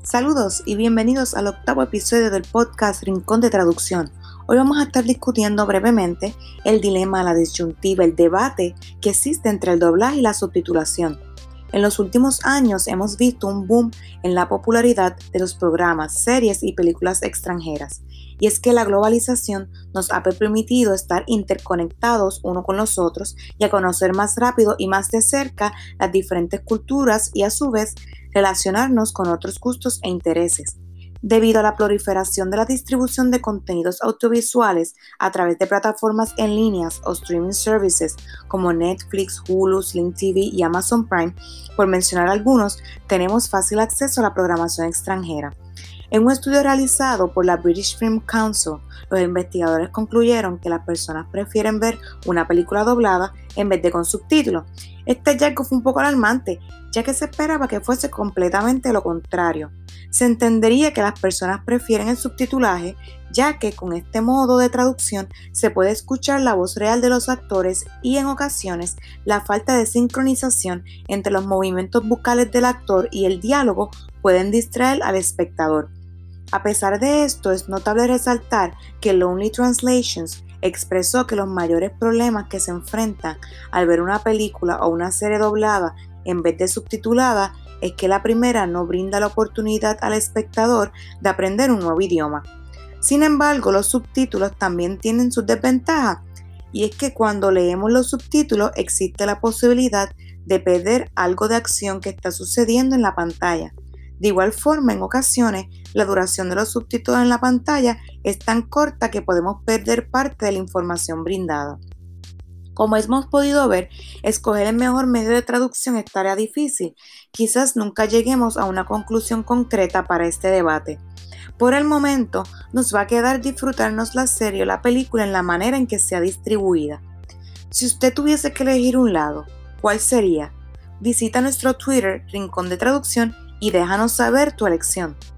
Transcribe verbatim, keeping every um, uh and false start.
Saludos y bienvenidos al octavo episodio del podcast Rincón de Traducción. Hoy vamos a estar discutiendo brevemente el dilema, la disyuntiva, el debate que existe entre el doblaje y la subtitulación. En los últimos años hemos visto un boom en la popularidad de los programas, series y películas extranjeras. Y es que la globalización nos ha permitido estar interconectados uno con los otros y a conocer más rápido y más de cerca las diferentes culturas y a su vez relacionarnos con otros gustos e intereses. Debido a la proliferación de la distribución de contenidos audiovisuales a través de plataformas en líneas o streaming services como Netflix, Hulu, Sling T V y Amazon Prime, por mencionar algunos, tenemos fácil acceso a la programación extranjera. En un estudio realizado por la British Film Council, los investigadores concluyeron que las personas prefieren ver una película doblada en vez de con subtítulos. Este hallazgo fue un poco alarmante, ya que se esperaba que fuese completamente lo contrario. Se entendería que las personas prefieren el subtitulaje, ya que con este modo de traducción se puede escuchar la voz real de los actores y en ocasiones la falta de sincronización entre los movimientos bucales del actor y el diálogo pueden distraer al espectador. A pesar de esto, es notable resaltar que Lonely Translations expresó que los mayores problemas que se enfrentan al ver una película o una serie doblada en vez de subtitulada es que la primera no brinda la oportunidad al espectador de aprender un nuevo idioma. Sin embargo, los subtítulos también tienen sus desventajas, y es que cuando leemos los subtítulos existe la posibilidad de perder algo de acción que está sucediendo en la pantalla. De igual forma, en ocasiones, la duración de los subtítulos en la pantalla es tan corta que podemos perder parte de la información brindada. Como hemos podido ver, escoger el mejor medio de traducción es tarea difícil. Quizás nunca lleguemos a una conclusión concreta para este debate. Por el momento, nos va a quedar disfrutarnos la serie o la película en la manera en que sea distribuida. Si usted tuviese que elegir un lado, ¿cuál sería? Visita nuestro Twitter, Rincón de Traducción, y déjanos saber tu elección.